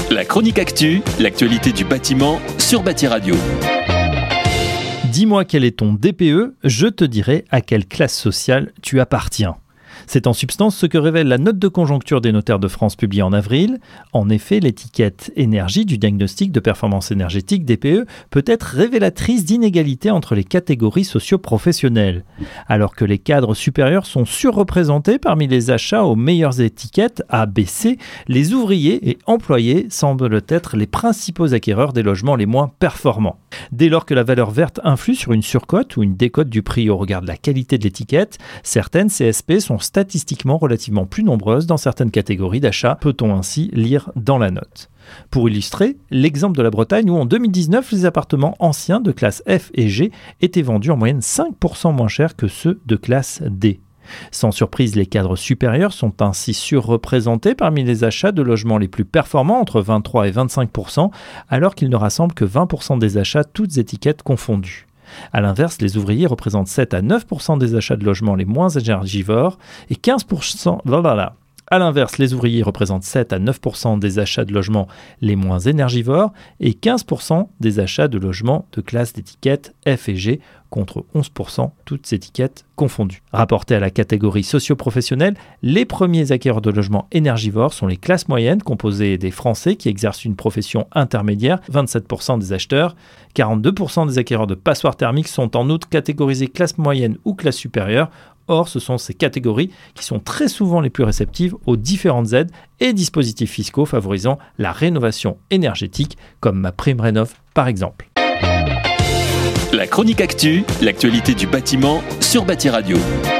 La chronique actu, l'actualité du bâtiment sur Bâti Radio. Dis-moi quel est ton DPE, je te dirai à quelle classe sociale tu appartiens. C'est en substance ce que révèle la note de conjoncture des notaires de France publiée en avril. En effet, l'étiquette énergie du diagnostic de performance énergétique DPE peut être révélatrice d'inégalités entre les catégories socio-professionnelles. Alors que les cadres supérieurs sont surreprésentés parmi les achats aux meilleures étiquettes A, B, C, les ouvriers et employés semblent être les principaux acquéreurs des logements les moins performants. Dès lors que la valeur verte influe sur une surcote ou une décote du prix au regard de la qualité de l'étiquette, certaines CSP sont statistiquement relativement plus nombreuses dans certaines catégories d'achat, peut-on ainsi lire dans la note. Pour illustrer, l'exemple de la Bretagne où en 2019, les appartements anciens de classe F et G étaient vendus en moyenne 5% moins cher que ceux de classe D. Sans surprise, les cadres supérieurs sont ainsi surreprésentés parmi les achats de logements les plus performants, entre 23 et 25%, alors qu'ils ne rassemblent que 20% des achats, toutes étiquettes confondues. A l'inverse, les ouvriers représentent 7 à 9% des achats de logements les moins énergivores et 15%. A l'inverse, les ouvriers représentent 7 à 9% des achats de logements les moins énergivores et 15% des achats de logements de classe d'étiquette F et G, contre 11%, toutes étiquettes confondues. Rapporté à la catégorie socio-professionnelle, les premiers acquéreurs de logements énergivores sont les classes moyennes, composées des Français qui exercent une profession intermédiaire, 27% des acheteurs. 42% des acquéreurs de passoires thermiques sont en outre catégorisés classe moyenne ou classe supérieure. Or, ce sont ces catégories qui sont très souvent les plus réceptives aux différentes aides et dispositifs fiscaux favorisant la rénovation énergétique, comme MaPrimeRénov' par exemple. La chronique actu, l'actualité du bâtiment sur Bâti Radio.